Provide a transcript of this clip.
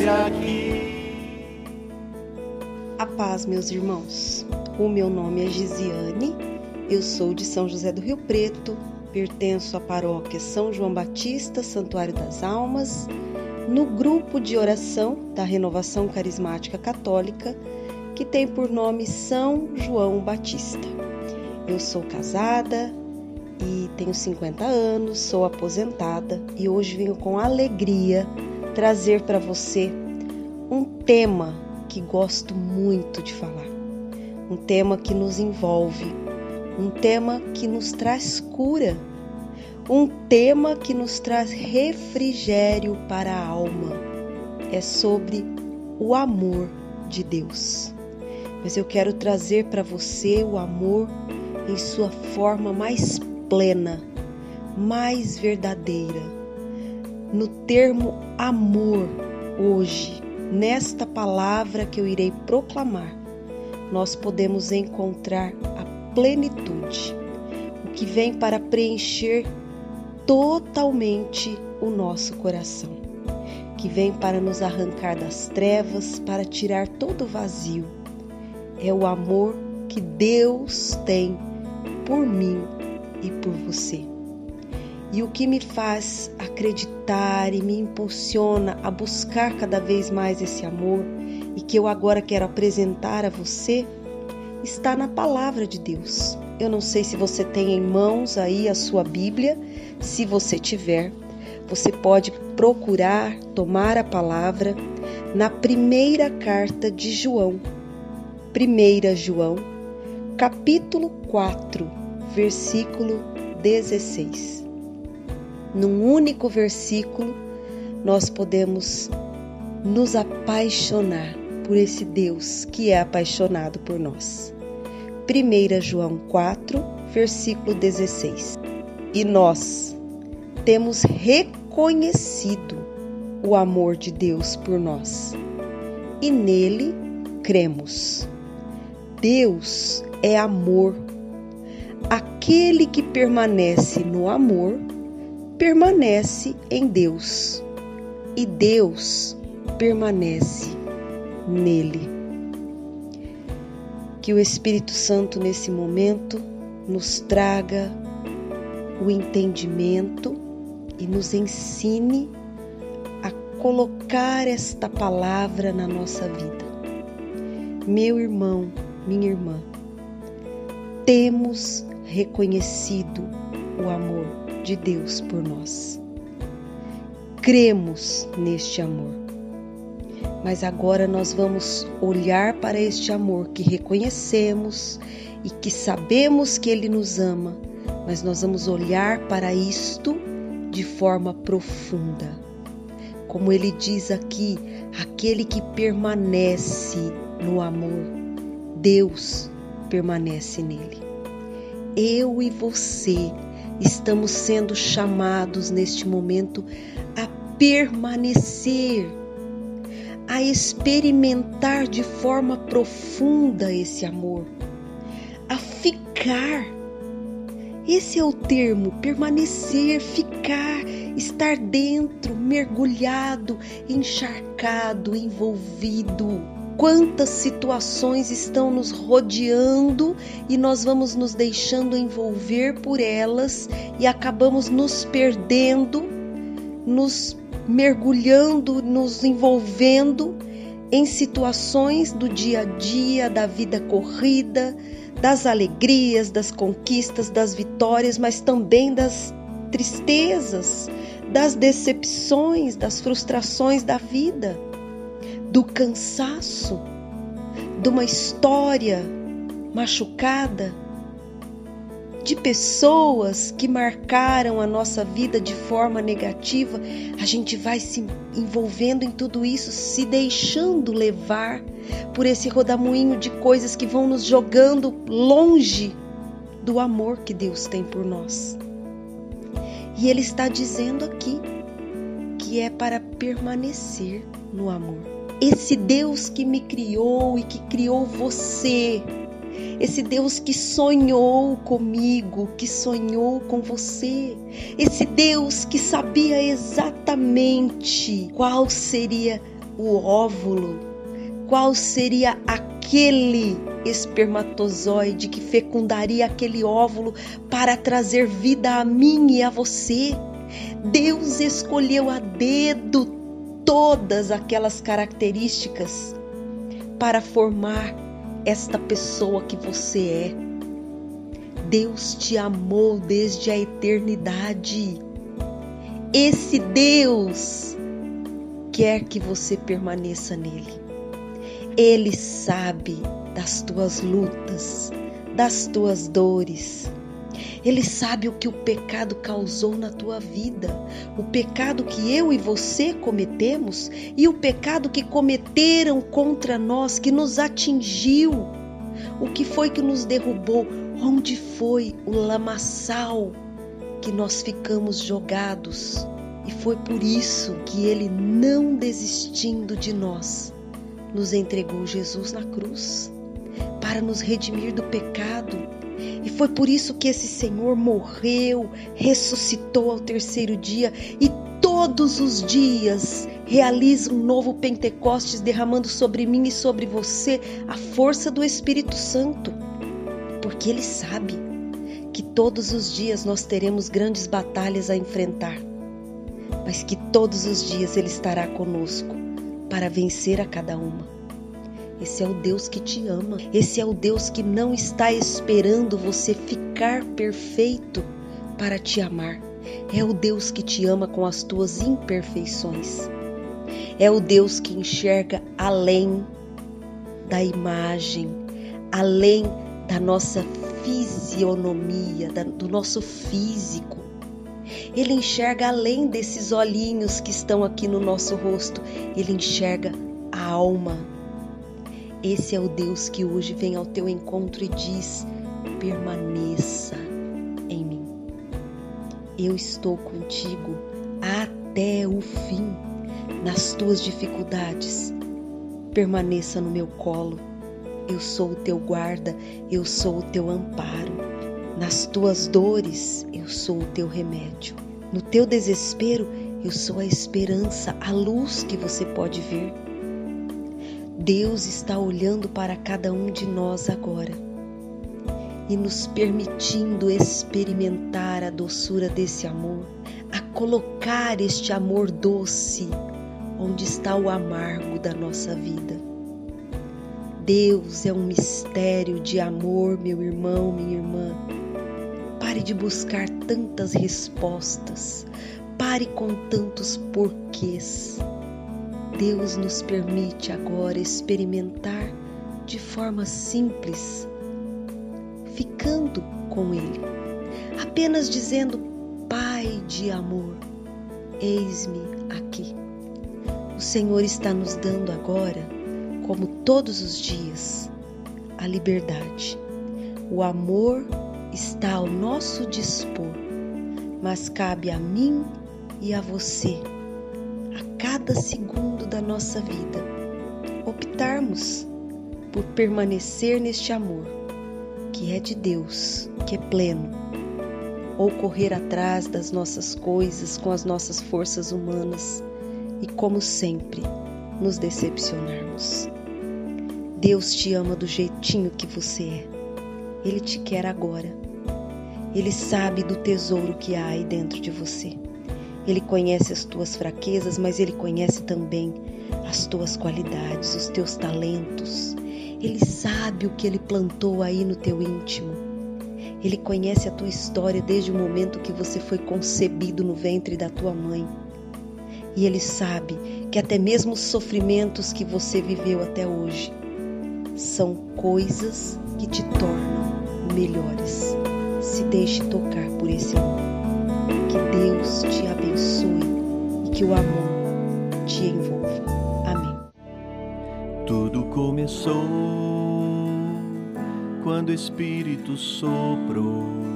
trouxe aqui. A paz, meus irmãos. O meu nome é Gisiane, eu sou de São José do Rio Preto, pertenço à paróquia São João Batista, Santuário das Almas, no grupo de oração da Renovação Carismática Católica, que tem por nome São João Batista. Eu sou casada e tenho 50 anos, sou aposentada e hoje venho com alegria trazer para você um tema que gosto muito de falar, um tema que nos envolve, um tema que nos traz cura, um tema que nos traz refrigério para a alma. É sobre o amor de Deus. Mas eu quero trazer para você o amor em sua forma mais plena, mais verdadeira. No termo amor, hoje, nesta palavra que eu irei proclamar, nós podemos encontrar a plenitude, o que vem para preencher totalmente o nosso coração, que vem para nos arrancar das trevas, para tirar todo o vazio. É o amor que Deus tem por mim e por você. E o que me faz acreditar e me impulsiona a buscar cada vez mais esse amor e que eu agora quero apresentar a você, está na palavra de Deus. Eu não sei se você tem em mãos aí a sua Bíblia. Se você tiver, você pode procurar tomar a palavra na primeira carta de João. 1 João, capítulo 4, versículo 16. Num único versículo, nós podemos nos apaixonar por esse Deus que é apaixonado por nós. 1 João 4, versículo 16. E nós temos reconhecido o amor de Deus por nós, e nele cremos. Deus é amor. Aquele que permanece no amor, permanece em Deus, e Deus permanece nele. Que o Espírito Santo nesse momento nos traga o entendimento e nos ensine a colocar esta palavra na nossa vida. Meu irmão, minha irmã, temos reconhecido o amor de Deus por nós. Cremos neste amor. Mas agora nós vamos olhar para este amor que reconhecemos e que sabemos que Ele nos ama, mas nós vamos olhar para isto de forma profunda. Como Ele diz aqui, aquele que permanece no amor, Deus permanece nele. Eu e você estamos sendo chamados neste momento a permanecer, a experimentar de forma profunda esse amor, a ficar. Esse é o termo, permanecer, ficar, estar dentro, mergulhado, encharcado, envolvido. Quantas situações estão nos rodeando e nós vamos nos deixando envolver por elas e acabamos nos perdendo, nos mergulhando, nos envolvendo em situações do dia a dia, da vida corrida, das alegrias, das conquistas, das vitórias, mas também das tristezas, das decepções, das frustrações da vida, do cansaço, de uma história machucada, de pessoas que marcaram a nossa vida de forma negativa. A gente vai se envolvendo em tudo isso, se deixando levar por esse rodamuinho de coisas que vão nos jogando longe do amor que Deus tem por nós. E Ele está dizendo aqui que é para permanecer no amor. Esse Deus que me criou e que criou você, esse Deus que sonhou comigo, que sonhou com você, esse Deus que sabia exatamente qual seria o óvulo? Qual seria aquele espermatozoide que fecundaria aquele óvulo para trazer vida a mim e a você? Deus escolheu a dedo todas aquelas características para formar esta pessoa que você é. Deus te amou desde a eternidade. Esse Deus quer que você permaneça nele. Ele sabe das tuas lutas, das tuas dores. Ele sabe o que o pecado causou na tua vida, o pecado que eu e você cometemos e o pecado que cometeram contra nós, que nos atingiu. O que foi que nos derrubou? Onde foi o lamaçal que nós ficamos jogados? E foi por isso que Ele, não desistindo de nós, nos entregou Jesus na cruz, para nos redimir do pecado. E foi por isso que esse Senhor morreu, ressuscitou ao terceiro dia e todos os dias realiza um novo Pentecostes, derramando sobre mim e sobre você a força do Espírito Santo. Porque Ele sabe que todos os dias nós teremos grandes batalhas a enfrentar, mas que todos os dias Ele estará conosco para vencer a cada uma. Esse é o Deus que te ama. Esse é o Deus que não está esperando você ficar perfeito para te amar. É o Deus que te ama com as tuas imperfeições. É o Deus que enxerga além da imagem, além da nossa fisionomia, do nosso físico. Ele enxerga além desses olhinhos que estão aqui no nosso rosto. Ele enxerga a alma. Esse é o Deus que hoje vem ao teu encontro e diz: permaneça em mim. Eu estou contigo até o fim. Nas tuas dificuldades, permaneça no meu colo. Eu sou o teu guarda, eu sou o teu amparo. Nas tuas dores, eu sou o teu remédio. No teu desespero, eu sou a esperança, a luz que você pode ver. Deus está olhando para cada um de nós agora e nos permitindo experimentar a doçura desse amor, a colocar este amor doce onde está o amargo da nossa vida. Deus é um mistério de amor, meu irmão, minha irmã. Pare de buscar tantas respostas, pare com tantos porquês. Deus nos permite agora experimentar de forma simples, ficando com Ele, apenas dizendo: Pai de amor, eis-me aqui. O Senhor está nos dando agora, como todos os dias, a liberdade. O amor está ao nosso dispor, mas cabe a mim e a você, a cada segundo da nossa vida, optarmos por permanecer neste amor, que é de Deus, que é pleno, ou correr atrás das nossas coisas com as nossas forças humanas e, como sempre, nos decepcionarmos. Deus te ama do jeitinho que você é. Ele te quer agora. Ele sabe do tesouro que há aí dentro de você. Ele conhece as tuas fraquezas, mas Ele conhece também as tuas qualidades, os teus talentos. Ele sabe o que Ele plantou aí no teu íntimo. Ele conhece a tua história desde o momento que você foi concebido no ventre da tua mãe. E Ele sabe que até mesmo os sofrimentos que você viveu até hoje são coisas que te tornam melhores. Se deixe tocar por esse amor. Que Deus te abençoe e que o amor te envolva. Amém. Tudo começou quando o Espírito soprou